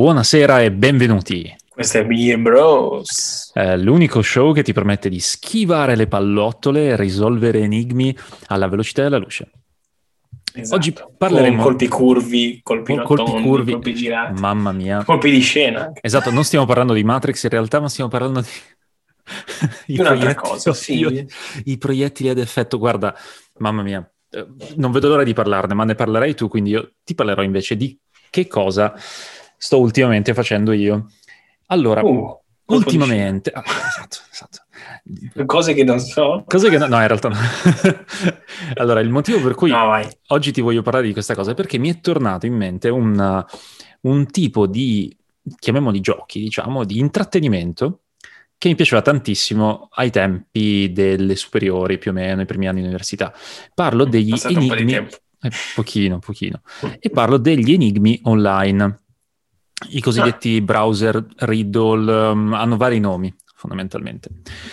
Buonasera e benvenuti. Questo è Beer Bros. L'unico show che ti permette di schivare le pallottole e risolvere enigmi alla velocità della luce. Esatto. Oggi parleremo... Con colpi curvi, colpi rotondi, curvi, colpi girati. Mamma mia. Colpi di scena anche. Esatto, non stiamo parlando di Matrix in realtà, ma stiamo parlando di... un'altra cosa, sì. I proiettili ad effetto. Guarda, mamma mia, non vedo l'ora di parlarne, ma ne parlerai tu, quindi io ti parlerò invece di che cosa sto ultimamente facendo io. Allora, ultimamente... esatto. Cose che non so. Cose che no, in realtà no. Allora, il motivo per cui oggi ti voglio parlare di questa cosa è perché mi è tornato in mente un tipo di, chiamiamoli giochi, diciamo, di intrattenimento che mi piaceva tantissimo ai tempi delle superiori, più o meno, i primi anni di università. Parlo degli enigmi... Pochino. E parlo degli enigmi online. I cosiddetti browser riddle hanno vari nomi, fondamentalmente.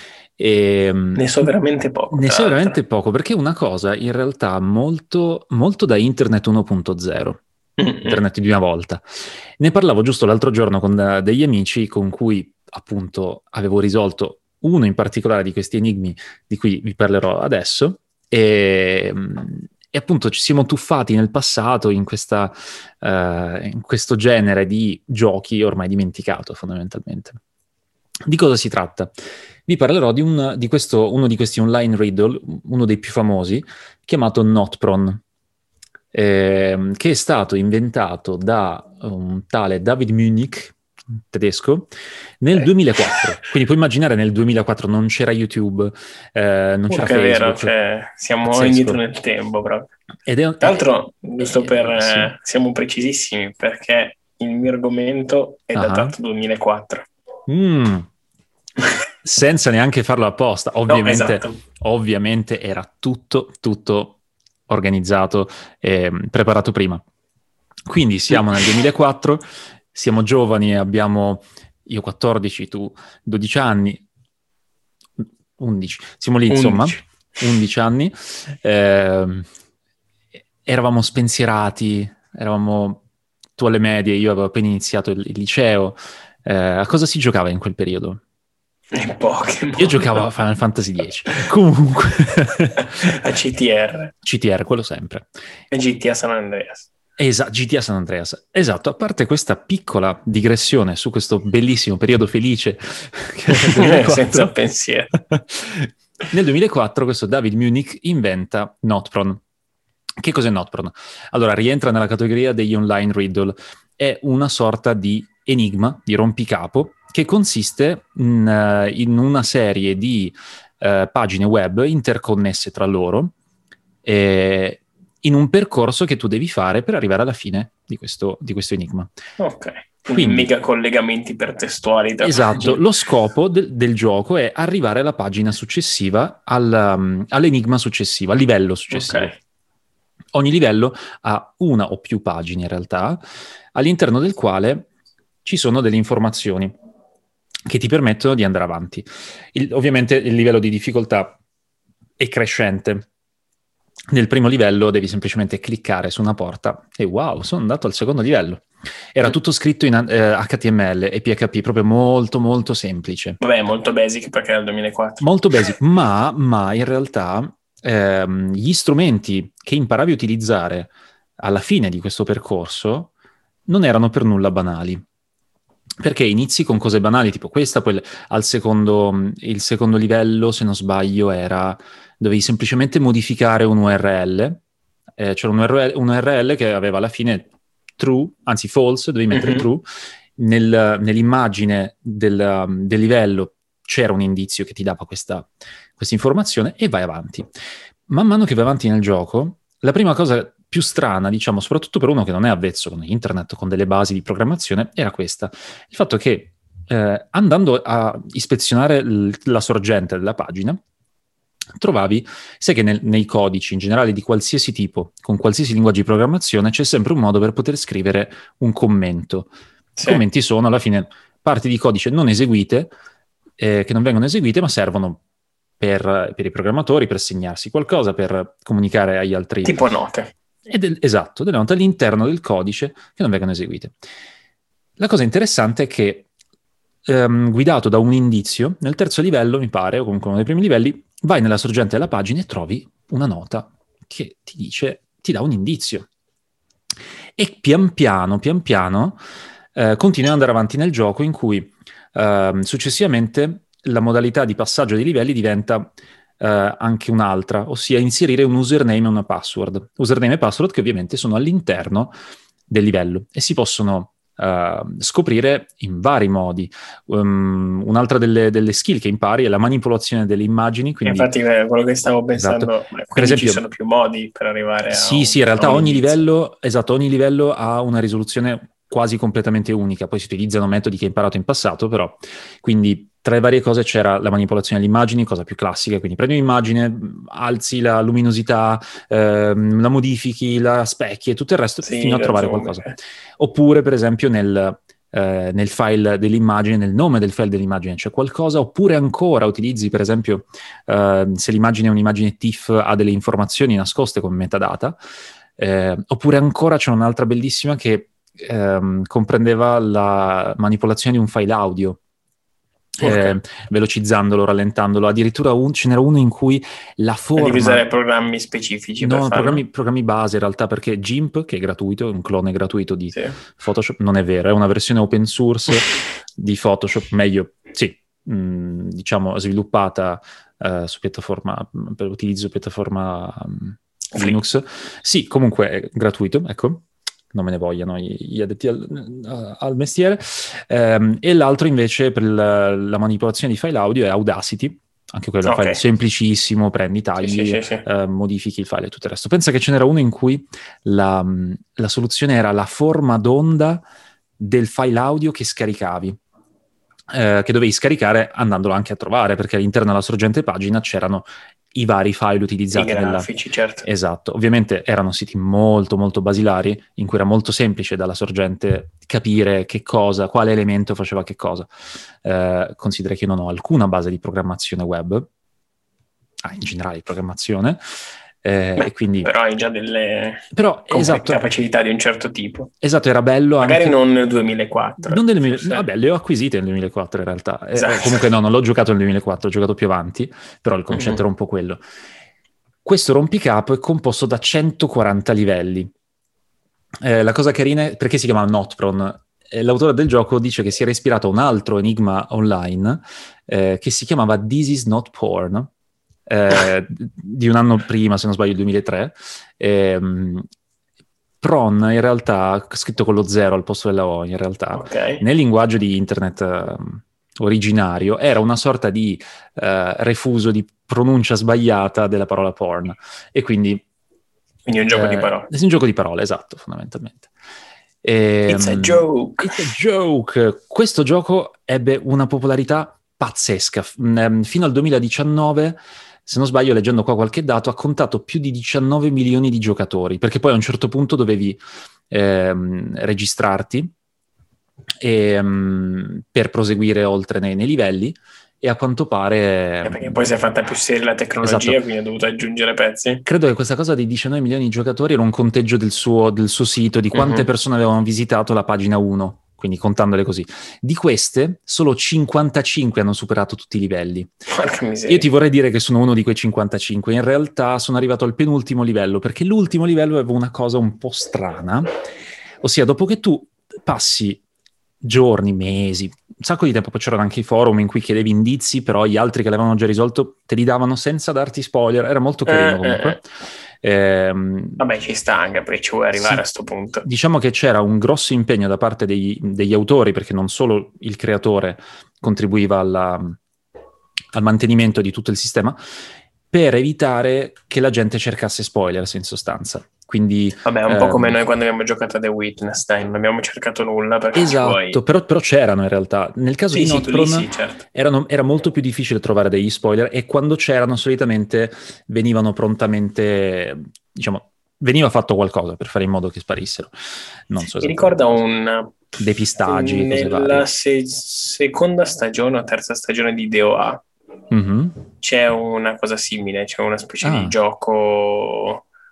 Ne so veramente poco. Ne so veramente poco, perché è una cosa in realtà molto, molto da Internet 1.0. Internet di una volta. Ne parlavo giusto l'altro giorno con degli amici con cui appunto avevo risolto uno in particolare di questi enigmi di cui vi parlerò adesso e appunto ci siamo tuffati nel passato in questo genere di giochi ormai dimenticato fondamentalmente. Di cosa si tratta? Vi parlerò di uno di questi online riddle, uno dei più famosi, chiamato Notpron, che è stato inventato da un tale David Munich, tedesco, nel 2004. Quindi puoi immaginare nel 2004 non c'era YouTube, non c'era Facebook. È vero, cioè, siamo indietro nel tempo proprio. Tra l'altro, giusto per... siamo precisissimi, perché il mio argomento è datato 2004. Senza neanche farlo apposta, ovviamente, no, esatto. Ovviamente era tutto organizzato e preparato prima. Quindi siamo nel 2004, siamo giovani e abbiamo, io 14, tu 12 anni, 11, siamo lì insomma, 11 anni, eravamo spensierati, tu alle medie, io avevo appena iniziato il liceo. A cosa si giocava in quel periodo? Pokémon. Io giocavo a Final Fantasy X. Comunque a CTR, quello sempre. E GTA San Andreas. GTA San Andreas. Esatto, a parte questa piccola digressione su questo bellissimo periodo felice che è il 2004, senza pensiero. Nel 2004 questo David Munich inventa Notpron. Che cos'è Notpron? Allora, rientra nella categoria degli online riddle. È una sorta di enigma, di rompicapo, che consiste in una serie di pagine web interconnesse tra loro in un percorso che tu devi fare per arrivare alla fine di questo enigma. Ok, quindi mega collegamenti ipertestuali. Esatto, lo scopo del gioco è arrivare alla pagina successiva, all'enigma successivo, al livello successivo. Okay. Ogni livello ha una o più pagine in realtà, all'interno del quale ci sono delle informazioni che ti permettono di andare avanti. Ovviamente il livello di difficoltà è crescente. Nel primo livello devi semplicemente cliccare su una porta e wow, sono andato al secondo livello. Era tutto scritto in HTML e PHP, proprio molto molto semplice. Vabbè, molto basic perché era il 2004. Molto basic, ma in realtà gli strumenti che imparavi a utilizzare alla fine di questo percorso non erano per nulla banali. Perché inizi con cose banali, tipo questa, poi il secondo livello, se non sbaglio, dovevi semplicemente modificare un URL, c'era un URL che aveva alla fine true, anzi false, dovevi mettere true, nell'immagine del livello c'era un indizio che ti dava questa informazione e vai avanti. Man mano che vai avanti nel gioco, la prima cosa più strana, diciamo, soprattutto per uno che non è avvezzo con internet, con delle basi di programmazione, era questa. Il fatto che andando a ispezionare la sorgente della pagina, trovavi, sai che nei codici in generale di qualsiasi tipo, con qualsiasi linguaggio di programmazione, c'è sempre un modo per poter scrivere un commento. Sì. I commenti sono alla fine parti di codice non eseguite, che non vengono eseguite, ma servono per i programmatori, per segnarsi qualcosa, per comunicare agli altri. Tipo note. Esatto, delle note all'interno del codice che non vengono eseguite. La cosa interessante è che guidato da un indizio, nel terzo livello, mi pare, o comunque uno dei primi livelli, vai nella sorgente della pagina e trovi una nota che ti dice, ti dà un indizio. E pian piano continui ad andare avanti nel gioco, in cui successivamente la modalità di passaggio dei livelli diventa anche un'altra, ossia inserire un username e una password. Username e password che ovviamente sono all'interno del livello e si possono scoprire in vari modi. Un'altra delle skill che impari è la manipolazione delle immagini. Quindi, infatti quello che stavo pensando, esatto. Per esempio, ci sono più modi per arrivare sì, in realtà ogni livello ha una risoluzione quasi completamente unica. Poi si utilizzano metodi che hai imparato in passato, però quindi tra le varie cose c'era la manipolazione delle immagini, cosa più classica, quindi prendi un'immagine, alzi la luminosità, la modifichi, la specchi e tutto il resto fino a trovare qualcosa. Oppure, per esempio, nel file dell'immagine, nel nome del file dell'immagine c'è qualcosa, oppure ancora utilizzi, per esempio, se l'immagine è un'immagine TIFF ha delle informazioni nascoste come metadata, oppure ancora c'è un'altra bellissima che comprendeva la manipolazione di un file audio. Velocizzandolo, rallentandolo, addirittura ce n'era uno in cui la forma... Devi usare programmi specifici per farlo? programmi base in realtà, perché GIMP, che è gratuito, è un clone gratuito di Photoshop, non è vero, è una versione open source di Photoshop, meglio, sì, diciamo sviluppata su piattaforma, per utilizzo piattaforma Linux. Sì, comunque è gratuito, ecco. Non me ne vogliano gli addetti al mestiere. E l'altro invece per la manipolazione di file audio è Audacity, anche quello è un file semplicissimo, prendi tagli, modifichi il file e tutto il resto. Pensa che ce n'era uno in cui la soluzione era la forma d'onda del file audio che scaricavi, che dovevi scaricare andandolo anche a trovare, perché all'interno della sorgente pagina c'erano i vari file utilizzati. I grafici, certo. Esatto. Ovviamente erano siti molto molto basilari, in cui era molto semplice dalla sorgente capire quale elemento faceva che cosa. Considera che io non ho alcuna base di programmazione web, in generale di programmazione, e quindi... Però hai già delle capacità di un certo tipo. Esatto, era bello magari anche... non nel 2004. Vabbè, le ho acquisite nel 2004 in realtà. Esatto. Comunque no, non l'ho giocato nel 2004, ho giocato più avanti, però il concetto era un po' quello. Questo rompicapo è composto da 140 livelli. La cosa carina è perché si chiama Notpron. L'autore del gioco dice che si era ispirato a un altro enigma online che si chiamava This is not porn, di un anno prima, se non sbaglio, il 2003. Pron in realtà, scritto con lo 0 al posto della O, in realtà, nel linguaggio di internet originario, era una sorta di refuso di pronuncia sbagliata della parola porn. E quindi è un gioco di parole. È un gioco di parole, esatto, fondamentalmente. It's a joke. It's a joke. Questo gioco ebbe una popolarità pazzesca. Fino al 2019, se non sbaglio, leggendo qua qualche dato, ha contato più di 19 milioni di giocatori, perché poi a un certo punto dovevi registrarti per proseguire oltre nei livelli, e a quanto pare... perché poi si è fatta più seria la tecnologia, esatto. Quindi ha dovuto aggiungere pezzi. Credo che questa cosa di 19 milioni di giocatori era un conteggio del suo sito, di quante persone avevano visitato la pagina 1, quindi contandole così. Di queste, solo 55 hanno superato tutti i livelli. Porca miseria. Io ti vorrei dire che sono uno di quei 55. In realtà sono arrivato al penultimo livello, perché l'ultimo livello aveva una cosa un po' strana, ossia dopo che tu passi giorni, mesi, un sacco di tempo, poi c'erano anche i forum in cui chiedevi indizi, però gli altri che l'avevano già risolto te li davano senza darti spoiler, era molto carino comunque. Vabbè, ci sta anche perché ci vuoi arrivare a sto punto. Diciamo che c'era un grosso impegno da parte degli autori, perché non solo il creatore contribuiva al mantenimento di tutto il sistema, per evitare che la gente cercasse spoilers in sostanza. Quindi, vabbè, un po' come noi quando abbiamo giocato a The Witness, dai, non abbiamo cercato nulla perché esatto, però c'erano in realtà. Nel caso di Notpron certo. era molto più difficile trovare degli spoiler, e quando c'erano solitamente venivano prontamente, diciamo, veniva fatto qualcosa per fare in modo che sparissero. Non so. Mi ricorda depistaggi, nella seconda stagione o terza stagione di DOA c'è una cosa simile, c'è una specie di gioco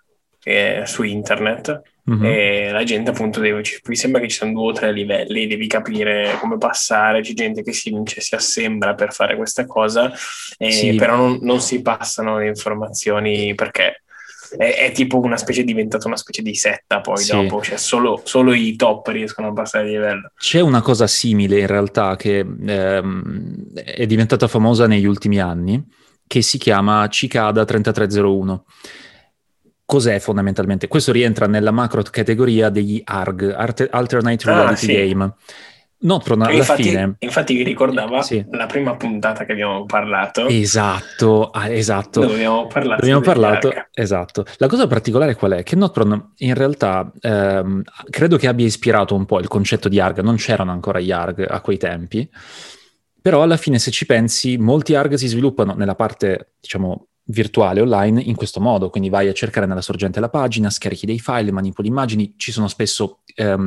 su internet, e la gente appunto mi sembra che ci siano 2 o 3 livelli, devi capire come passare, c'è gente che si assembra per fare questa cosa, però non si passano le informazioni perché è tipo diventata una specie di setta poi dopo, cioè solo i top riescono a passare il livello. C'è una cosa simile in realtà che è diventata famosa negli ultimi anni, che si chiama Cicada 3301. Cos'è fondamentalmente? Questo rientra nella macro categoria degli ARG, Alternate Reality Game. Notepron alla fine... Infatti vi ricordava la prima puntata che abbiamo parlato. Esatto. Dove abbiamo parlato esatto. La cosa particolare qual è? Che Notepron in realtà credo che abbia ispirato un po' il concetto di ARG. Non c'erano ancora gli ARG a quei tempi, però alla fine, se ci pensi, molti ARG si sviluppano nella parte, diciamo, virtuale online in questo modo, quindi vai a cercare nella sorgente la pagina, scarichi dei file, manipoli immagini, ci sono spesso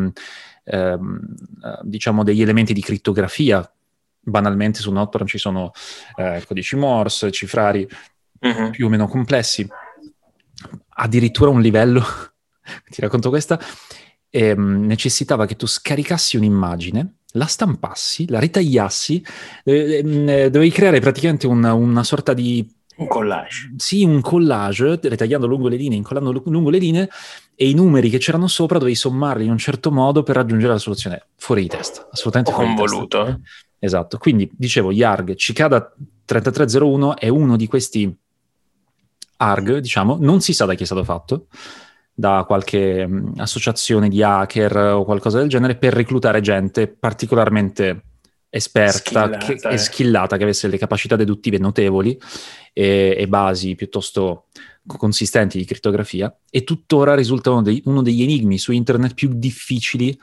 diciamo degli elementi di crittografia. Banalmente su Notepron ci sono codici Morse, cifrari più o meno complessi, addirittura un livello ti racconto questa, necessitava che tu scaricassi un'immagine, la stampassi, la ritagliassi, dovevi creare praticamente una sorta di un collage. Sì, un collage, ritagliando lungo le linee, incollando lungo le linee, e i numeri che c'erano sopra dovevi sommarli in un certo modo per raggiungere la soluzione. Fuori di testa, assolutamente fuori convoluto. Di testa. Esatto, quindi dicevo, gli ARG, Cicada 3301 è uno di questi ARG, diciamo, non si sa da chi è stato fatto, da qualche associazione di hacker o qualcosa del genere, per reclutare gente particolarmente esperta e skillata, che avesse le capacità deduttive notevoli e basi piuttosto consistenti di crittografia, e tuttora risulta uno degli enigmi su internet più difficili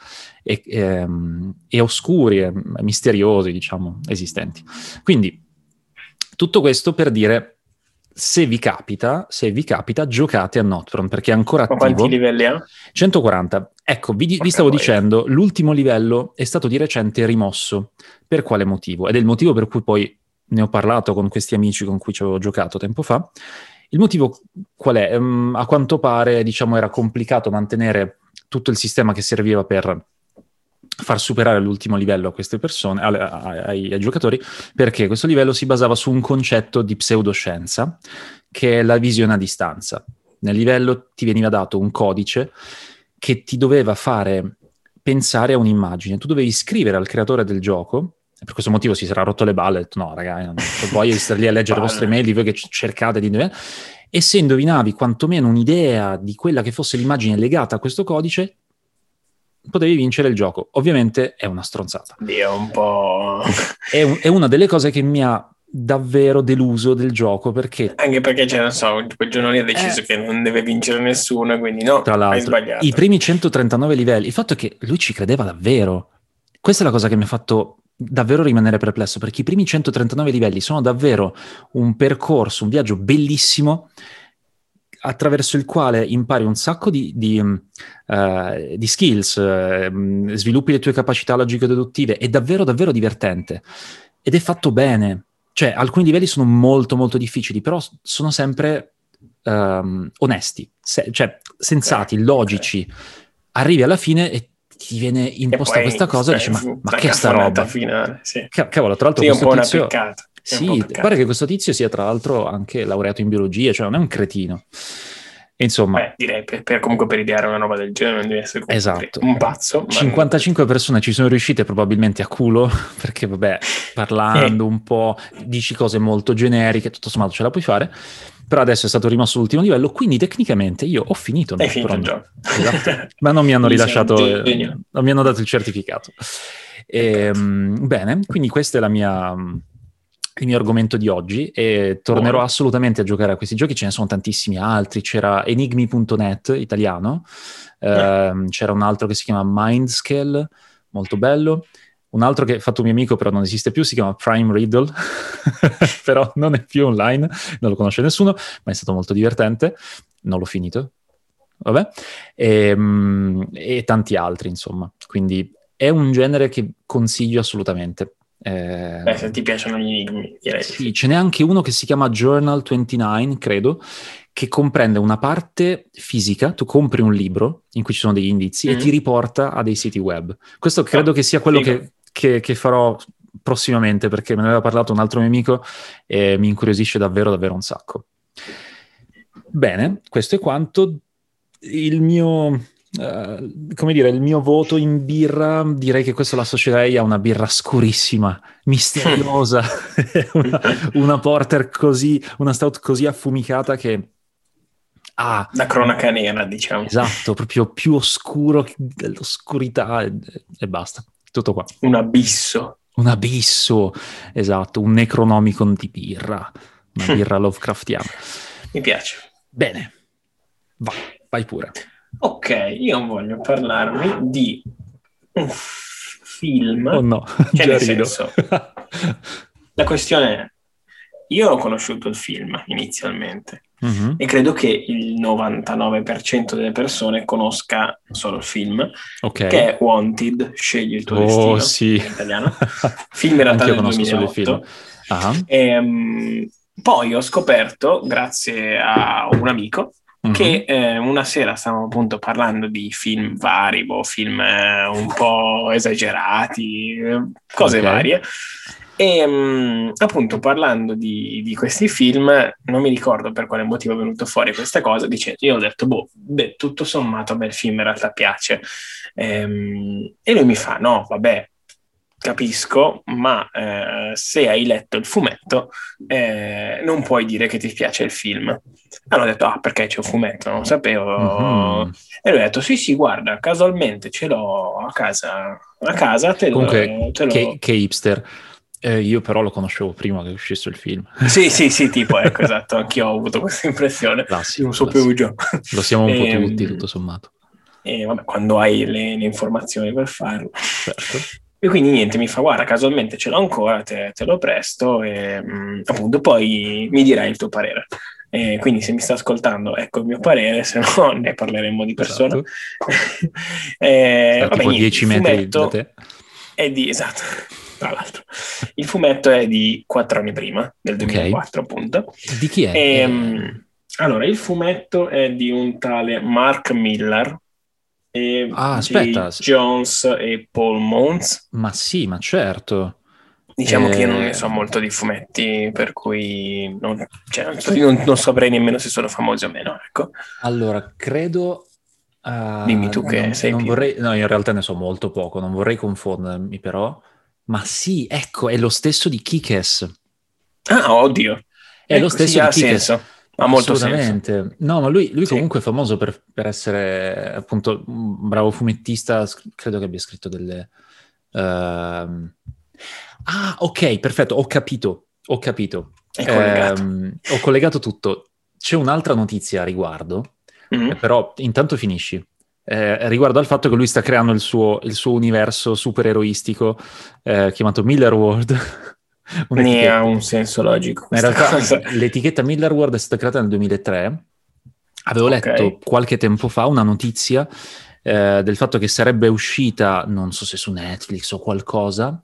e oscuri e misteriosi, diciamo, esistenti. Quindi tutto questo per dire, se vi capita, giocate a Notepron, perché è ancora attivo. Ma quanti livelli ha? 140. Ecco, vi stavo dicendo, l'ultimo livello è stato di recente rimosso. Per quale motivo? Ed è il motivo per cui poi ne ho parlato con questi amici con cui ci avevo giocato tempo fa. Il motivo qual è? A quanto pare, diciamo, era complicato mantenere tutto il sistema che serviva per far superare l'ultimo livello a queste persone, ai giocatori, perché questo livello si basava su un concetto di pseudoscienza, che è la visione a distanza. Nel livello ti veniva dato un codice che ti doveva fare pensare a un'immagine. Tu dovevi scrivere al creatore del gioco, e per questo motivo si sarà rotto le balle, ha detto no ragazzi, non voglio stare lì a leggere le vostre mail di voi che cercate di... E se indovinavi quantomeno un'idea di quella che fosse l'immagine legata a questo codice, potevi vincere il gioco. Ovviamente è una stronzata. Dio, un po'... è una delle cose che mi ha davvero deluso del gioco, perché... Anche perché, non so, quel giorno lì ha deciso che non deve vincere nessuno, quindi no, tra l'altro, hai sbagliato. I primi 139 livelli, il fatto è che lui ci credeva davvero. Questa è la cosa che mi ha fatto davvero rimanere perplesso, perché i primi 139 livelli sono davvero un percorso, un viaggio bellissimo, attraverso il quale impari un sacco di skills, sviluppi le tue capacità logico-deduttive. È davvero davvero divertente ed è fatto bene. Cioè, alcuni livelli sono molto molto difficili, però sono sempre onesti, cioè sensati, logici. Arrivi alla fine e ti viene imposta questa cosa e dici ma che è sta roba? Finale, sì. Cavolo, tra l'altro sì, questo tizio... Una peccata. Sì, pare che questo tizio sia tra l'altro anche laureato in biologia, cioè non è un cretino. E insomma... direi comunque per ideare una roba del genere non deve essere esatto. Un pazzo. 55 persone ci sono riuscite probabilmente a culo, perché vabbè, parlando un po', dici cose molto generiche, tutto sommato ce la puoi fare, però adesso è stato rimosso l'ultimo livello, quindi tecnicamente io ho finito. Hai finito il gioco. Esatto. Ma non mi hanno rilasciato, non mi hanno dato il certificato. Bene, quindi questa è il mio argomento di oggi, e tornerò assolutamente a giocare a questi giochi. Ce ne sono tantissimi altri. C'era Enigmi.net italiano, c'era un altro che si chiama Mindscale, molto bello, un altro che ha fatto un mio amico però non esiste più, si chiama Prime Riddle però non è più online, non lo conosce nessuno, ma è stato molto divertente, non l'ho finito, vabbè, e tanti altri, insomma. Quindi è un genere che consiglio assolutamente. Se ti piacciono gli enigmi, direi. Sì, ce n'è anche uno che si chiama Journal 29, credo, che comprende una parte fisica. Tu compri un libro in cui ci sono degli indizi e ti riporta a dei siti web. Questo credo che sia quello che farò prossimamente, perché me ne aveva parlato un altro mio amico e mi incuriosisce davvero davvero un sacco. Bene, questo è quanto. Il mio come dire, il mio voto in birra, direi che questo l'associerei a una birra scurissima, misteriosa, una porter così, una stout così affumicata che la cronaca nera, diciamo. Esatto, proprio più oscuro dell'oscurità e basta, tutto qua. Un abisso, esatto, un Necronomicon di birra, una birra Lovecraftiana. Mi piace. Bene, vai pure. Ok, io voglio parlarvi di un film. Oh no, che nel senso, la questione è, io ho conosciuto il film inizialmente e credo che il 99% delle persone conosca solo il film, che è Wanted, Scegli il tuo destino, sì. in italiano. Film in realtà del 2008. Poi ho scoperto, grazie a un amico, che una sera stavamo appunto parlando di film vari, film un po' esagerati, cose varie, e appunto parlando di questi film non mi ricordo per quale motivo è venuto fuori questa cosa, dicendo, io ho detto tutto sommato a me il film in realtà piace, e lui mi fa no vabbè, capisco, ma se hai letto il fumetto non puoi dire che ti piace il film. Allora ho detto, perché c'è un fumetto? Non lo sapevo. E lui ha detto, sì, guarda, casualmente ce l'ho a casa, Comunque, che hipster. Io però lo conoscevo prima che uscisse il film. Sì, tipo, ecco, esatto, anch'io ho avuto questa impressione. Classico, non sapevo già. Lo siamo un po' tutti, tutto sommato. E vabbè, quando hai le informazioni per farlo. Certo. E quindi niente, mi fa, guarda, casualmente ce l'ho ancora, te lo presto e appunto poi mi dirai il tuo parere. E quindi se mi sta ascoltando, ecco il mio parere, se no ne parleremo di persona. Esatto. Tipo 10 metri da te. Esatto, tra l'altro. Il fumetto è di 4 anni prima, del 2004 appunto. Di chi è? Allora, il fumetto è di un tale Mark Millar, aspetta. Jones e Paul Mons. Ma sì, ma certo. Diciamo che io non ne so molto di fumetti, per cui non saprei nemmeno se sono famosi o meno, ecco. Allora, credo... dimmi tu che sei non più... No, in realtà ne so molto poco, non vorrei confondermi però. Ma sì, ecco, è lo stesso di Kick-Ass. Ah, oddio. È lo stesso di Kick-Ass. Ha molto assolutamente senso. No, ma lui comunque è famoso per essere appunto un bravo fumettista. Credo che abbia scritto delle ok, perfetto, ho capito È collegato. Ho collegato tutto. C'è un'altra notizia a riguardo, però intanto finisci, riguardo al fatto che lui sta creando il suo universo supereroistico chiamato Millarworld. Ne ha un senso logico. Ma in realtà l'etichetta Millarworld è stata creata nel 2003. Avevo letto qualche tempo fa una notizia del fatto che sarebbe uscita, non so se su Netflix o qualcosa,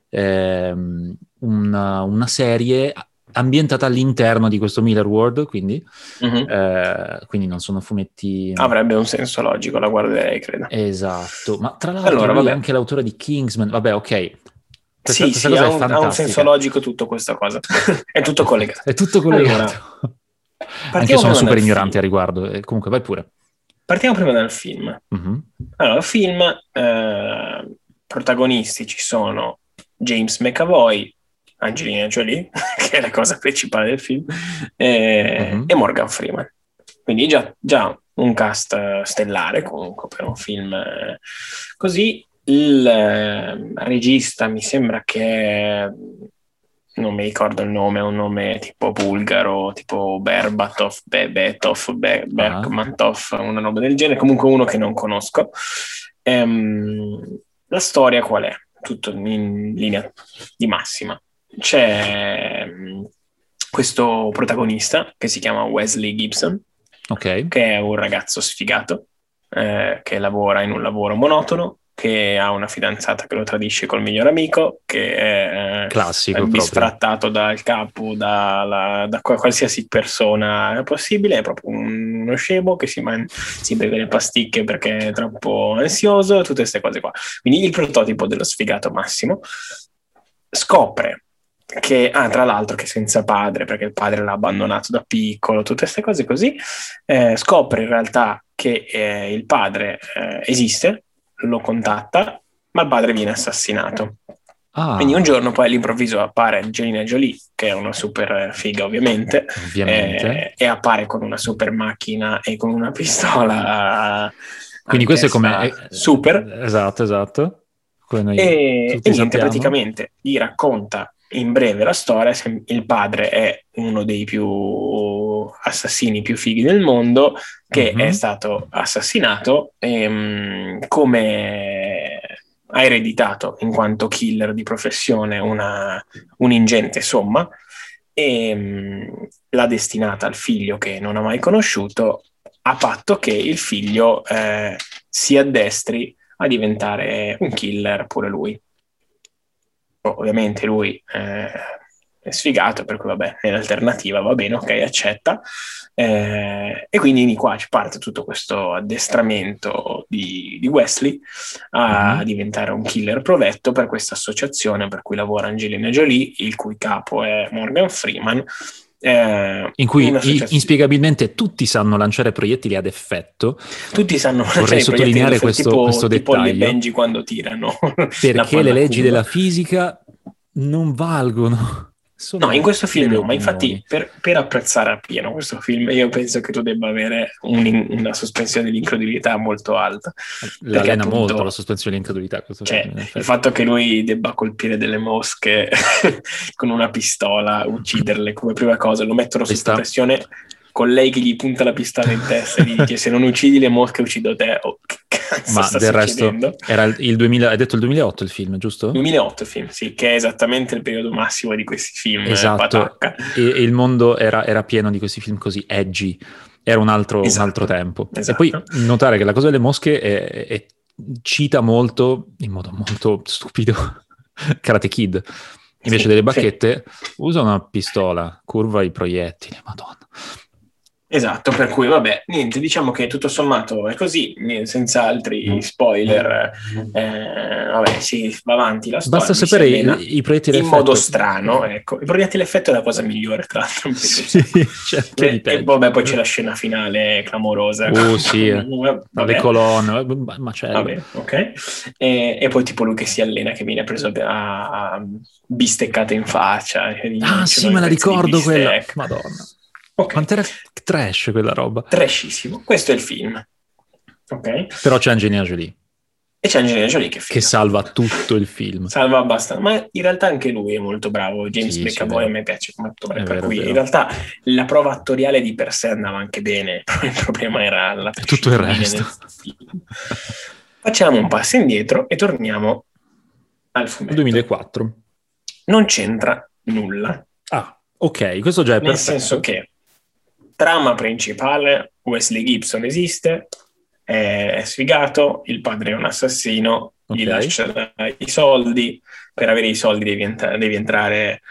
una serie ambientata all'interno di questo Millarworld, quindi non sono fumetti. Avrebbe un senso logico, la guarderei, credo. Esatto, ma tra l'altro lui è anche l'autore di Kingsman. Vabbè, ok. Questa cosa è fantastica. Ha un senso logico tutto questa cosa. È tutto collegato. È tutto collegato. Anche io sono super ignorante a riguardo. Comunque, vai pure. Partiamo prima dal film. Allora, il film, protagonisti ci sono James McAvoy, Angelina Jolie, che è la cosa principale del film, e Morgan Freeman. Quindi già un cast stellare comunque per un film così. Il regista mi sembra che non mi ricordo il nome, è un nome tipo bulgaro, tipo Berbatov, Berkmantov, una roba del genere, comunque uno che non conosco. La storia qual è? Tutto in linea di massima. C'è questo protagonista che si chiama Wesley Gibson, che è un ragazzo sfigato, che lavora in un lavoro monotono, che ha una fidanzata che lo tradisce col miglior amico, che è classico, bisfrattato dal capo, da qualsiasi persona possibile, è proprio uno scemo che si beve le pasticche perché è troppo ansioso, tutte queste cose qua. Quindi il prototipo dello sfigato massimo. Scopre che, tra l'altro, che senza padre, perché il padre l'ha abbandonato da piccolo, tutte queste cose così, scopre in realtà che il padre esiste, lo contatta, ma il padre viene assassinato. Quindi un giorno poi all'improvviso appare Angelina Jolie, che è una super figa ovviamente. E appare con una super macchina e con una pistola. Quindi questo è come... super. Esatto. E niente, praticamente gli racconta in breve la storia. Il padre è uno dei più assassini più fighi del mondo, che è stato assassinato, come ha ereditato in quanto killer di professione un'ingente somma, e l'ha destinata al figlio che non ha mai conosciuto, a patto che il figlio si addestri a diventare un killer pure lui. Ovviamente lui è sfigato, per cui vabbè, nell'alternativa va bene, ok, accetta. E quindi di qua ci parte tutto questo addestramento di Wesley a diventare un killer provetto per questa associazione per cui lavora Angelina Jolie, il cui capo è Morgan Freeman. In cui inspiegabilmente tutti sanno lanciare proiettili ad effetto. Tutti sanno Vorrei sottolineare questo dettaglio. Tipo gli Benji quando tirano. Perché le leggi della fisica non valgono. No, in questo film no, ma infatti per apprezzare appieno questo film io penso che tu debba avere una sospensione dell'incredulità molto alta. La allena molto la sospensione dell'incredulità. Il fatto che lui debba colpire delle mosche con una pistola, ucciderle come prima cosa, lo mettono sotto pressione con lei che gli punta la pistola in testa e gli dice se non uccidi le mosche uccido te. Oh, che cazzo sta succedendo? Resto era il 2000, hai detto il 2008 il film, giusto? 2008 il film, sì, che è esattamente il periodo massimo di questi film. Esatto, e il mondo era pieno di questi film così edgy, era un altro tempo. Esatto. E poi notare che la cosa delle mosche cita molto, in modo molto stupido, Karate Kid. Invece delle bacchette usa una pistola, curva i proiettili, madonna. Esatto, per cui vabbè, niente, diciamo che tutto sommato è così, senza altri spoiler, vabbè, si va avanti la storia. Basta sapere i proiettili in modo strano, ecco. I proiettili effetto è la cosa migliore, tra l'altro. Sì, e vabbè, poi c'è la scena finale clamorosa. Sì, le colonne, macello. Vabbè, ok. E poi tipo lui che si allena, che viene preso a bisteccate in faccia. Sì, me la ricordo quella, madonna. Okay. Quant'era trash quella roba? Trashissimo. Questo è il film. Ok. Però c'è Angelina Jolie. E c'è Angelina Jolie che salva tutto il film. Salva abbastanza. Ma in realtà anche lui è molto bravo. James McAvoy a me piace come attore. Per cui in realtà la prova attoriale di per sé andava anche bene. Il problema era la tutto il resto. Facciamo un passo indietro e torniamo al fumetto. 2004. Non c'entra nulla. Ok, questo già è nel perfetto. Nel senso che trama principale, Wesley Gibson esiste, è sfigato, il padre è un assassino, gli lascia i soldi, per avere i soldi devi entrare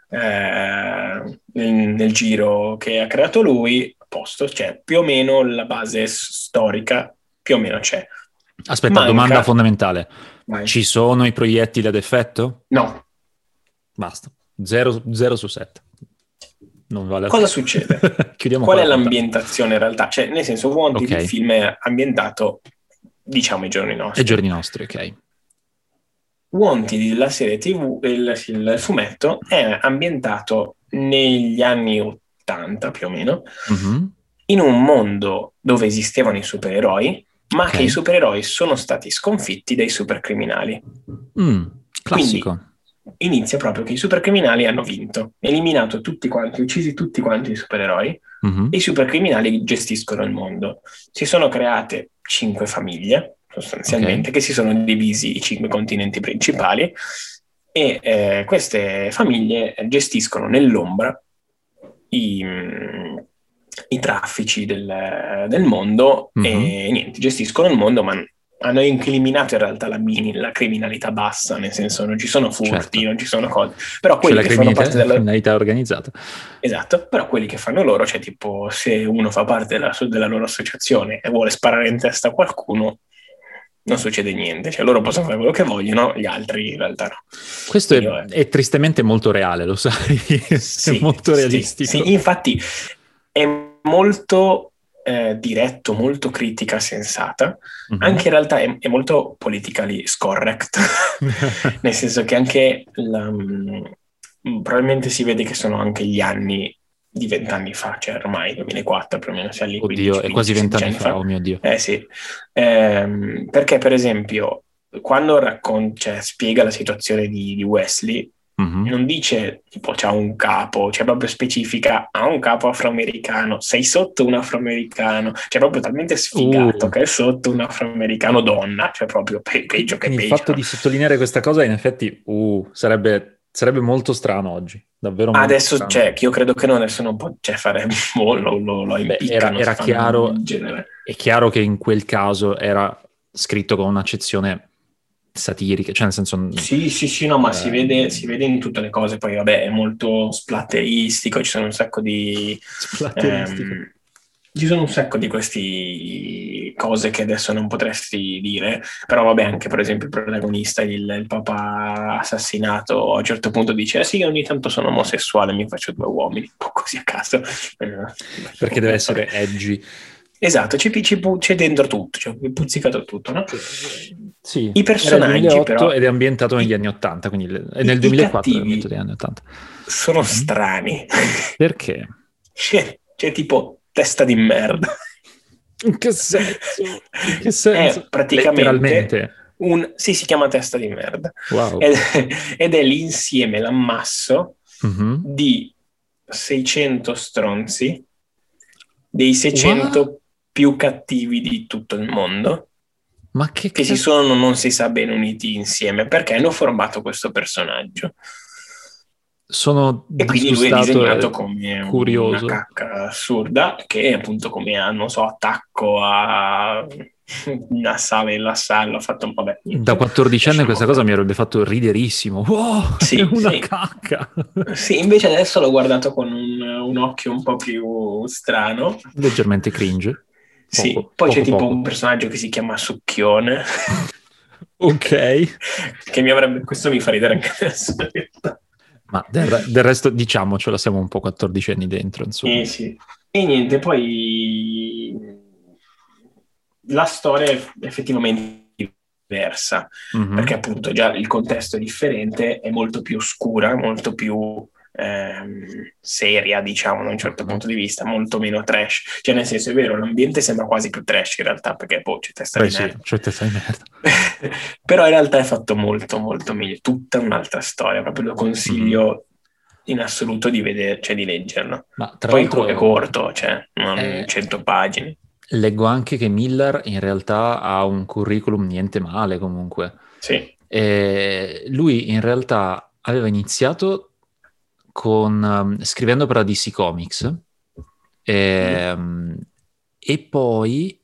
nel giro che ha creato lui, a posto, cioè più o meno la base storica, più o meno c'è. Aspetta, domanda fondamentale. Vai. Ci sono i proiettili ad effetto? No. Basta, 0 su 7. Non vale. Cosa succede? Qual è l'ambientazione in realtà? Cioè, nel senso, Wanted, il film è ambientato, diciamo, ai giorni nostri. Ai giorni nostri, ok. Wanted, la serie TV, il fumetto, è ambientato negli anni 80, più o meno, in un mondo dove esistevano i supereroi, ma che i supereroi sono stati sconfitti dai supercriminali. Classico. Quindi, inizia proprio che i supercriminali hanno vinto, eliminato tutti quanti, uccisi tutti quanti i supereroi, e i supercriminali gestiscono il mondo. Si sono create 5 famiglie, sostanzialmente, che si sono divisi i 5 continenti principali, e queste famiglie gestiscono nell'ombra i traffici del mondo, e niente, gestiscono il mondo, ma hanno eliminato in realtà la criminalità bassa, nel senso non ci sono furti, certo. Non ci sono cose, però quelli che fanno parte della criminalità organizzata. Esatto, però quelli che fanno loro, cioè tipo se uno fa parte della loro associazione e vuole sparare in testa a qualcuno, non succede niente, cioè loro possono fare quello che vogliono, gli altri in realtà no. Questo è tristemente molto reale, lo sai? Sì, è molto realistico. Sì, infatti è molto diretto, molto critica, sensata, anche in realtà è molto politically correct, nel senso che anche probabilmente si vede che sono anche gli anni di 20 anni fa, cioè ormai 2004 più o meno, cioè lì, oddio, 15, è quasi 20 anni fa, oh mio Dio. Sì, perché per esempio quando spiega la situazione di Wesley, non dice tipo c'ha un capo, cioè proprio specifica, ha un capo afroamericano, sei sotto un afroamericano, cioè proprio talmente sfigato che è sotto un afroamericano donna, cioè proprio peggio che peggio. Il fatto di sottolineare questa cosa in effetti sarebbe molto strano oggi, davvero molto adesso strano. Cioè, che io credo che non adesso non può, cioè fare lo impiccano. Era chiaro, è chiaro che in quel caso era scritto con un'accezione satirica, cioè nel senso... Sì, no, ma si vede in tutte le cose, poi vabbè è molto splatteristico, ci sono un sacco di... ci sono un sacco di queste cose che adesso non potresti dire, però vabbè anche per esempio il protagonista, il papà assassinato, a un certo punto dice sì, ogni tanto sono omosessuale, mi faccio 2 uomini, un po' così a caso. Perché deve essere edgy. Esatto, c'è dentro tutto, c'è puzzicato tutto, no? Sì, i personaggi era il 2008 però ed è ambientato negli anni 80, quindi nel 2004 è ambientato negli anni 80. Sono strani. Perché? C'è tipo testa di merda. In che senso? In che senso? È praticamente letteralmente. si chiama testa di merda. Wow. Ed è l'insieme, l'ammasso di 600 stronzi, dei 600 più cattivi di tutto il mondo, ma che non si sa bene uniti insieme perché hanno formato questo personaggio. Sono e quindi lui è disegnato come curioso. una cacca assurda che appunto come attacco a una sala in La Salle, ho fatto vabbè. Da 14enne questa cosa mi avrebbe fatto riderissimo. Wow, sì, è una cacca. Sì, invece adesso l'ho guardato con un occhio un po' più strano. Leggermente cringe. Sì, poi c'è tipo un personaggio che si chiama Succhione. Ok. Che questo mi fa ridere anche adesso. Ma del resto, diciamocelo, siamo un po' 14enni dentro, insomma. Sì. E niente, poi la storia è effettivamente diversa, perché appunto già il contesto è differente, è molto più oscura, molto più seria, diciamo, da un certo punto di vista, molto meno trash. Cioè, nel senso, è vero, l'ambiente sembra quasi più trash in realtà, perché c'è testa di merda. C'è testa di merda. Però in realtà è fatto molto, molto meglio. Tutta un'altra storia, proprio lo consiglio in assoluto di vedere, cioè di leggerlo. Ma tra poi l'altro è corto, cioè non 100 pagine. Leggo anche che Miller in realtà ha un curriculum niente male comunque. Sì. Lui in realtà aveva iniziato scrivendo per la DC Comics e poi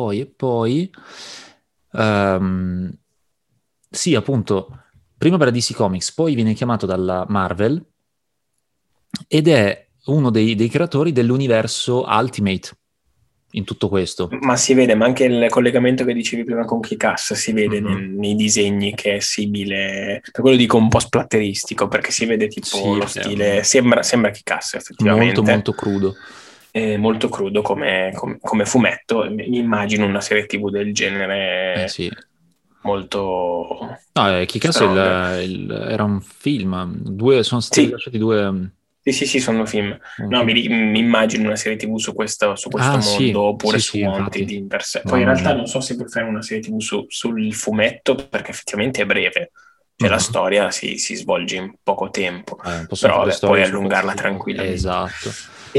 sì, appunto, prima per la DC Comics, poi viene chiamato dalla Marvel ed è uno dei creatori dell'universo Ultimate in tutto questo. Ma si vede, ma anche il collegamento che dicevi prima con Kick-Ass si vede nei disegni che è simile, per quello dico un po' splatteristico, perché si vede tipo lo stile, sembra Kick-Ass effettivamente. Molto crudo. Molto crudo come fumetto, mi immagino una serie TV del genere. Sì. Molto... No, Kick-Ass era un film, sono stati rilasciati 2... Sì, sono film. No, mi immagino una serie TV su questo mondo, oppure su Wanted in per sé. Poi in realtà non so se preferire una serie TV sul fumetto, perché effettivamente è breve. Cioè la storia si svolge in poco tempo, però puoi allungarla tranquillamente. Esatto.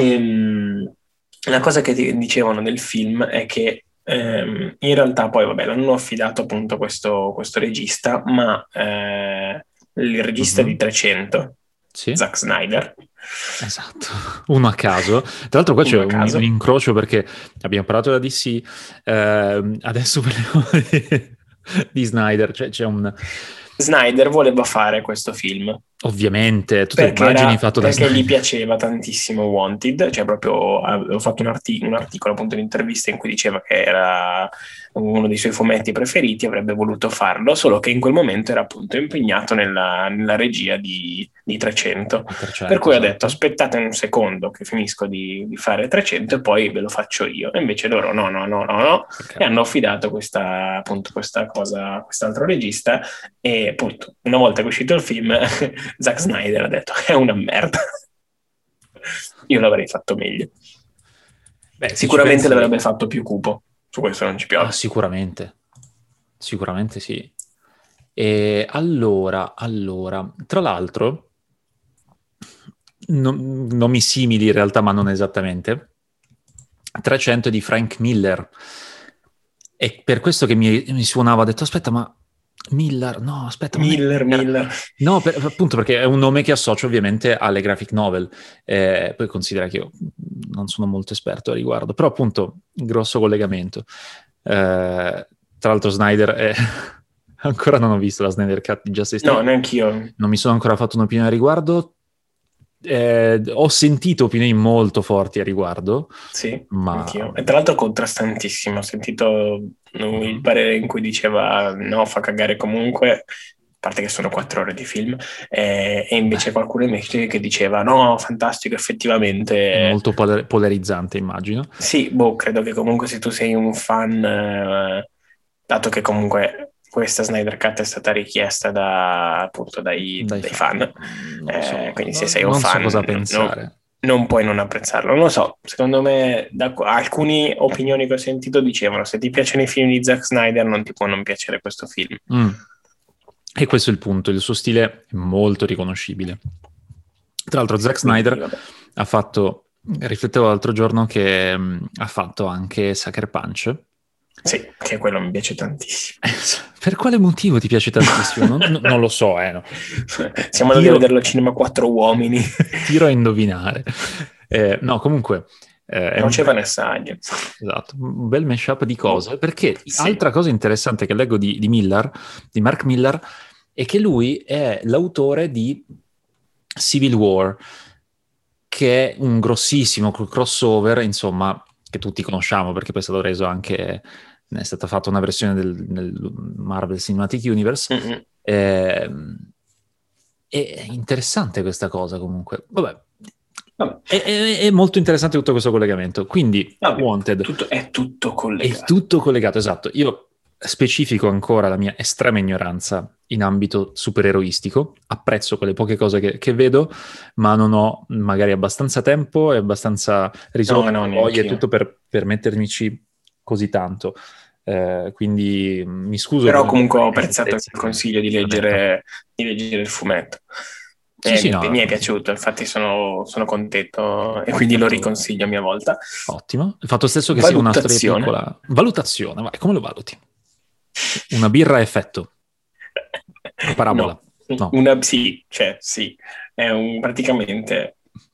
La cosa che ti dicevano nel film è che in realtà poi l'hanno affidato appunto questo regista, ma il regista di 300 Sì. Zack Snyder. Esatto, uno a caso. Tra l'altro qua c'è un incrocio perché abbiamo parlato da DC, adesso parliamo di Snyder, cioè c'è un... Snyder voleva fare questo film. Ovviamente, tutte le immagini fatte da Snyder. Perché gli piaceva tantissimo Wanted, cioè proprio ho fatto un articolo, appunto, un'intervista in cui diceva che era uno dei suoi fumetti preferiti, avrebbe voluto farlo, solo che in quel momento era appunto impegnato nella regia di 300. Per cui ho detto aspettate un secondo che finisco di fare 300 e poi ve lo faccio io. E invece loro no, e hanno affidato questa cosa a quest'altro regista, e appunto una volta che è uscito il film Zack Snyder ha detto è una merda. Io l'avrei fatto meglio. Beh, sicuramente l'avrebbe fatto più cupo, su questo non ci piove. Sicuramente sì. E allora tra l'altro nomi simili in realtà, ma non esattamente, 300 di Frank Miller, e per questo che mi suonava, ho detto aspetta, ma Miller, no, aspetta, Miller. No, appunto perché è un nome che associo ovviamente alle graphic novel. Poi considera che io non sono molto esperto a riguardo, però appunto grosso collegamento. Tra l'altro Snyder è... ancora non ho visto la Snyder Cut di Justice League. No, neanch'io. Non mi sono ancora fatto un'opinione a riguardo. Ho sentito opinioni molto forti a riguardo. Sì, ma... anch'io. E tra l'altro contrastantissimo. Ho sentito il parere in cui diceva no, fa cagare comunque, a parte che sono 4 ore di film, e invece qualcuno invece che diceva no, fantastico, effettivamente. È molto polarizzante, immagino. Sì, credo che comunque se tu sei un fan, dato che comunque questa Snyder Cut è stata richiesta appunto dai fan, quindi se sei un fan non so cosa pensare. Non puoi non apprezzarlo. Non lo so, secondo me alcune opinioni che ho sentito dicevano se ti piacciono i film di Zack Snyder non ti può non piacere questo film. E questo è il punto, il suo stile è molto riconoscibile. Tra l'altro Zack Snyder ha fatto, riflettevo l'altro giorno che ha fatto anche Sucker Punch. Sì, che quello mi piace tantissimo. Per quale motivo ti piace tantissimo? Non lo so, no. Siamo andati a vederlo al cinema 4 uomini. Tiro a indovinare. No, comunque... non c'è Vanessa Hudgens. Esatto, un bel mashup di cose, perché altra cosa interessante che leggo di Miller, di Mark Miller, è che lui è l'autore di Civil War, che è un grossissimo crossover, insomma, che tutti conosciamo perché poi è stato reso anche, è stata fatta una versione del Marvel Cinematic Universe. È interessante questa cosa comunque. Vabbè. È molto interessante tutto questo collegamento. Quindi Wanted è tutto collegato. È tutto collegato, esatto. Io specifico ancora la mia estrema ignoranza in ambito supereroistico, apprezzo quelle poche cose che vedo, ma non ho magari abbastanza tempo e abbastanza risorse e tutto per mettermici così tanto. Quindi mi scuso. Però comunque ho apprezzato il consiglio di leggere il fumetto. Mi è piaciuto, infatti sono contento e quindi lo riconsiglio a mia volta. Ottimo. Il fatto stesso che sia una storia piccola. Valutazione, vai, come lo valuti? Una birra a effetto? Una parabola? No. Sì, è praticamente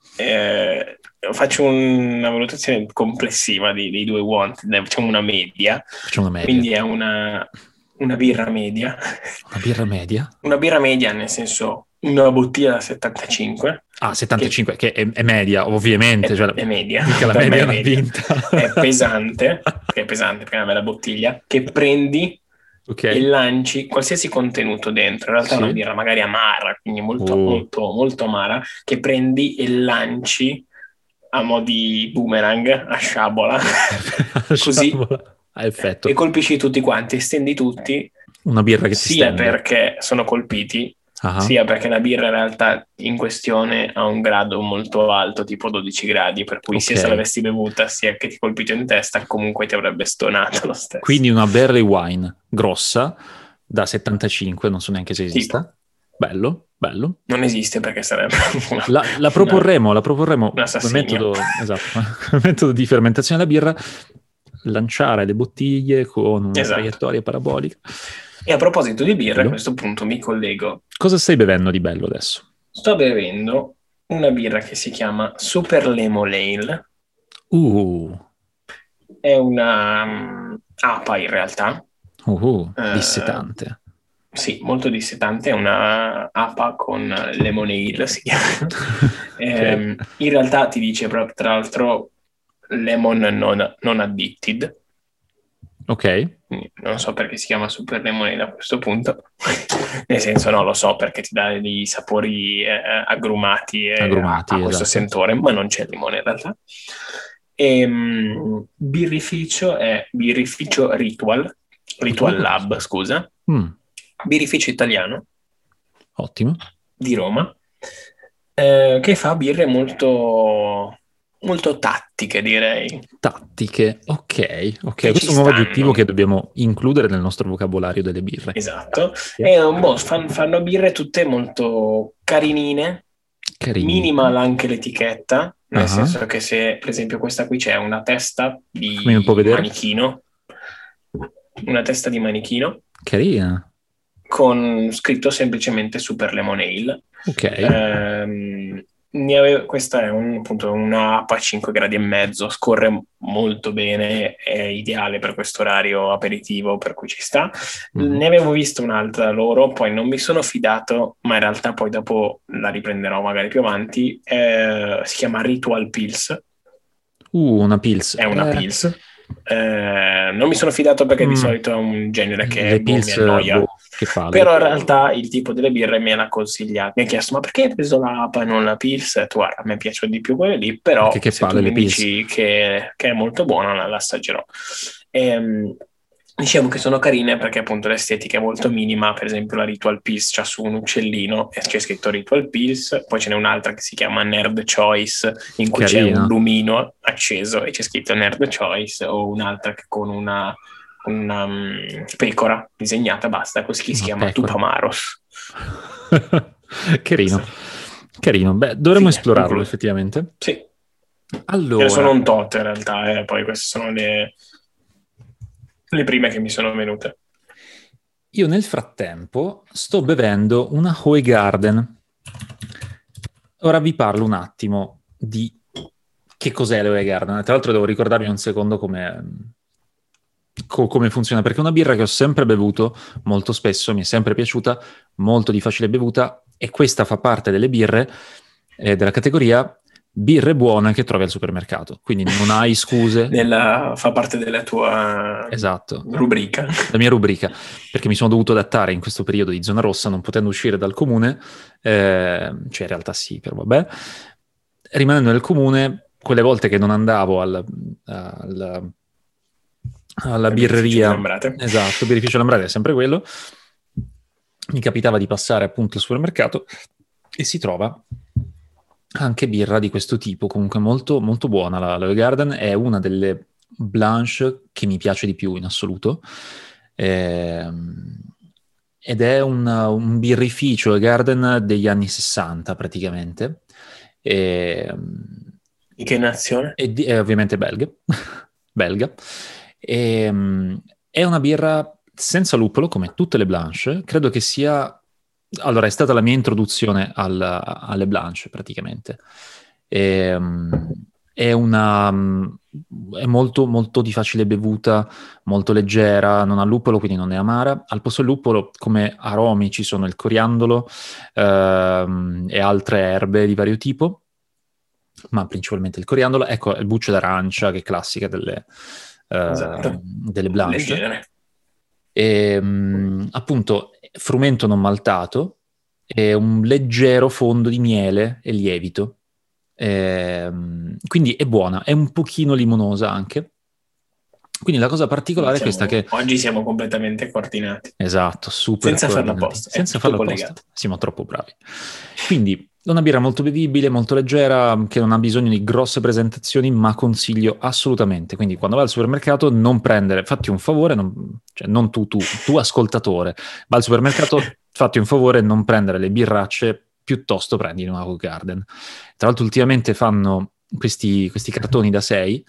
faccio una valutazione complessiva dei due Wanted, facciamo una media. Quindi è una birra media. Una birra media? Una birra media nel senso una bottiglia da 75. 75, che è media, ovviamente. È media. Mica la media è una vinta. È pesante perché è una bella bottiglia, che prendi e lanci qualsiasi contenuto dentro. In realtà è una birra magari amara, quindi molto, molto, molto amara, che prendi e lanci a mo' di boomerang, a sciabola, così, a effetto. E colpisci tutti quanti, stendi tutti. Una birra che sia perché sono colpiti, sia perché la birra in realtà in questione ha un grado molto alto, tipo 12 gradi, per cui sia se l'avessi bevuta sia che ti colpito in testa, comunque ti avrebbe stonato lo stesso. Quindi una barley wine grossa da 75, non so neanche se esista. Tipo. Bello. Non esiste perché sarebbe la proporremo come metodo di fermentazione della birra, lanciare le bottiglie con una traiettoria parabolica. E a proposito di birra, a questo punto mi collego. Cosa stai bevendo di bello adesso? Sto bevendo una birra che si chiama Super Lemon Ale. È una APA in realtà. Dissetante. Sì, molto dissetante, è una APA con lemon ale, si chiama. Okay. In realtà ti dice proprio, tra l'altro, lemon non addicted. Ok. Quindi non so perché si chiama Super Lemon Ale a questo punto. Nel senso, no, lo so perché ti dà dei sapori agrumati e ha Agrumati, questo esatto. sentore, ma non c'è il limone in realtà. Birrificio è Birrificio Ritual Rituale? Lab, scusa. Mm, Birrificio italiano ottimo. di Roma, che fa birre molto, molto tattiche, direi, Tattiche, ok. che Questo ci è un nuovo aggettivo stanno. che dobbiamo includere nel nostro vocabolario delle birre. Esatto. Sì. E fanno birre tutte molto carinine, Carinine. minimal anche l'etichetta, nel Ah, senso che se per esempio questa qui c'è una testa fammi un po' di vedere. manichino, una testa di manichino, Carina. con scritto semplicemente Super Lemon Ale. Ok. Questa è appunto una APA a 5 gradi e mezzo, scorre molto bene, è ideale per questo orario aperitivo, per cui ci sta. Mhm. Ne avevo visto un'altra loro, poi non mi sono fidato, ma in realtà poi dopo la riprenderò magari più avanti. Si chiama Ritual Pills, Una Pils. è una Pills. Non mi sono fidato perché di Mm, solito è un genere che le mi Pils, annoia, che palle. però in realtà il tipo delle birre me l'ha consigliato. Mi ha chiesto: ma perché hai preso la APA e non la Pils? Ho detto, guarda, a me piacciono di più quelle lì, Perché però che se tu palle le mi Pils? dici che è molto buona, la assaggerò. Ehm, Dicevo che sono carine perché appunto l'estetica è molto minima, per esempio la Ritual Pills c'ha su un uccellino e c'è scritto Ritual Pills, poi ce n'è un'altra che si chiama Nerd Choice in cui c'è un Carina. lumino acceso e c'è scritto Nerd Choice, o un'altra che con una pecora disegnata, basta, così che si Una chiama pecora. Tupamaros. Carino. Carino. Beh, dovremmo Fine, esplorarlo concluso. effettivamente. Sì, ce ne sono Allora, un tot in realtà, poi queste sono le prime che mi sono venute. io nel frattempo sto bevendo una Hoey Garden. Ora vi parlo un attimo di che cos'è l'Hoey Garden. Tra l'altro devo ricordarmi un secondo come funziona, perché è una birra che ho sempre bevuto molto spesso, mi è sempre piaciuta, molto di facile bevuta, e questa fa parte delle birre della categoria birre buone che trovi al supermercato. Quindi non hai scuse. Fa parte della tua Esatto, rubrica. la mia rubrica, perché mi sono dovuto adattare in questo periodo di zona rossa, non potendo uscire dal comune, cioè in realtà sì, però vabbè, rimanendo nel comune, quelle volte che non andavo alla Al birrificio di birreria, Lambrate. esatto, birrificio Lambrate è sempre quello, mi capitava di passare appunto al supermercato e si trova anche birra di questo tipo, comunque molto, molto buona. La Hoegaarden Garden è una delle Blanche che mi piace di più in assoluto. Ed è un birrificio Hoegaarden degli anni 60 praticamente. Di che nazione? È ovviamente belga. Belga. È una birra senza luppolo, come tutte le Blanche. Credo che sia... Allora, è stata la mia introduzione alle Blanche, praticamente. Ehm, è una... È molto, molto di facile bevuta, molto leggera, non ha luppolo, quindi non è amara. Al posto del luppolo, come aromi, ci sono il coriandolo e altre erbe di vario tipo, ma principalmente il coriandolo. Ecco, il buccio d'arancia, che è classica Esatto, delle del Blanche. genere. E, appunto, frumento non maltato e un leggero fondo di miele e lievito. Quindi è buona, è un pochino limonosa anche. Quindi la cosa particolare è questa che... Oggi siamo completamente coordinati, Esatto, super senza farlo coordinati, apposta, è senza tutto farlo apposta. collegato. Siamo troppo bravi. Quindi una birra molto bevibile, molto leggera, che non ha bisogno di grosse presentazioni, ma consiglio assolutamente. Quindi quando vai al supermercato non prendere, fatti un favore, cioè non tu ascoltatore, vai al supermercato, fatti un favore, non prendere le birracce, piuttosto prendi una Hoegaarden Garden. Tra l'altro ultimamente fanno questi cartoni da 6,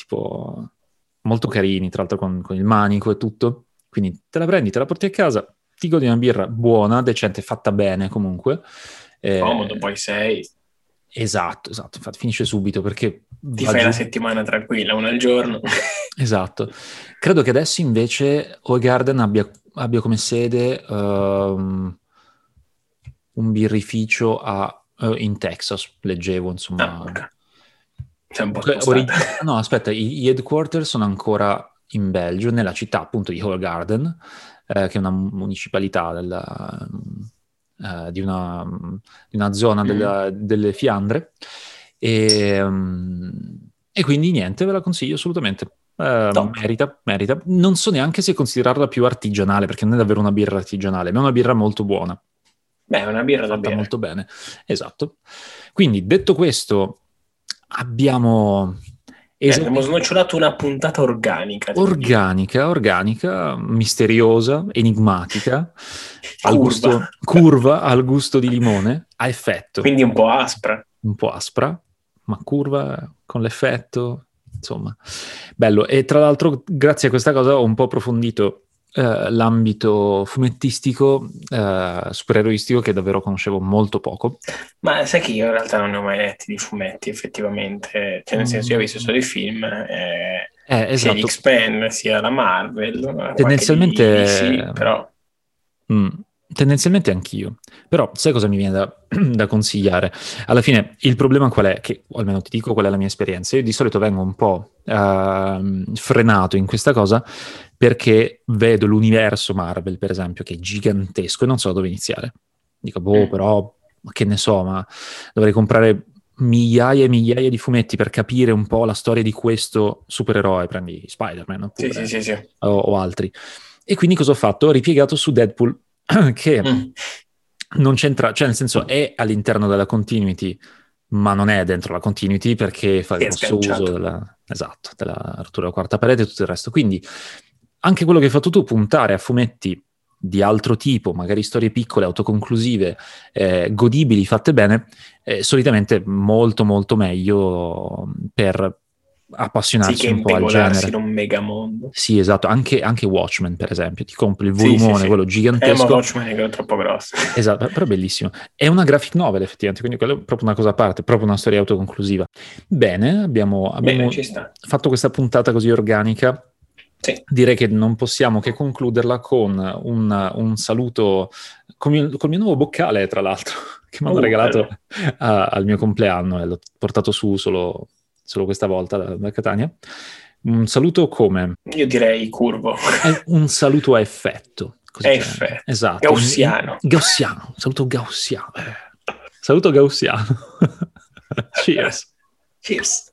tipo molto carini, tra l'altro con il manico e tutto. Quindi te la prendi, te la porti a casa, ti godi una birra buona, decente, fatta bene comunque. Comodo, poi sei. Esatto, infatti finisce subito perché... Ti fai la settimana tranquilla, una al giorno. Esatto. Credo che adesso invece Hoegaarden abbia come sede un birrificio in Texas, leggevo, insomma. Okay. C'è un po' spostata. No, aspetta, gli headquarters sono ancora in Belgio, nella città appunto di Hoegaarden, che è una municipalità di una zona delle Fiandre, e quindi niente, ve la consiglio assolutamente. Merita. Non so neanche se considerarla più artigianale, perché non è davvero una birra artigianale, ma è una birra molto buona. Beh, è una birra da bere. Molto bene, esatto. Quindi, detto questo, abbiamo snocciolato una puntata organica. Organica, misteriosa, enigmatica, curva al gusto di limone, a effetto. Quindi un po' aspra, ma curva con l'effetto, insomma. Bello. E tra l'altro, grazie a questa cosa ho un po' approfondito l'ambito fumettistico, supereroistico, che davvero conoscevo molto poco. Ma sai che io in realtà non ne ho mai letti di fumetti, effettivamente, cioè nel senso io ho visto solo i film, esatto. sia gli X-Men sia la Marvel, tendenzialmente sì, però tendenzialmente anch'io, però sai cosa mi viene da consigliare? Alla fine il problema qual è? Che, o almeno ti dico qual è la mia esperienza. Io di solito vengo un po' frenato in questa cosa perché vedo l'universo Marvel, per esempio, che è gigantesco e non so da dove iniziare. Dico, però, che ne so, ma dovrei comprare migliaia e migliaia di fumetti per capire un po' la storia di questo supereroe. Prendi Spider-Man oppure, sì. O altri. E quindi cosa ho fatto? Ho ripiegato su Deadpool, che non c'entra, cioè nel senso è all'interno della continuity, ma non è dentro la continuity perché fa grosso uso della rottura della quarta parete e tutto il resto. Quindi anche quello che hai fatto tu, puntare a fumetti di altro tipo, magari storie piccole, autoconclusive, godibili, fatte bene, solitamente molto molto meglio per appassionarsi un po' al genere. in un megamondo. Sì, esatto, anche Watchmen, per esempio, ti compri il volumone, quello gigantesco. Ma Watchmen è troppo grosso. Esatto, però bellissimo. È una graphic novel, effettivamente, quindi quello è proprio una cosa a parte, proprio una storia autoconclusiva. Bene, abbiamo ci sta. fatto questa puntata così organica. Sì. Direi che non possiamo che concluderla con un saluto col mio nuovo boccale, tra l'altro, che mi hanno regalato al mio compleanno, e l'ho portato su solo questa volta da Catania. Un saluto come? Io direi curvo. Un saluto a effetto. Effetto. Esatto. Gaussiano. Un saluto gaussiano. Saluto gaussiano. Cheers. Cheers.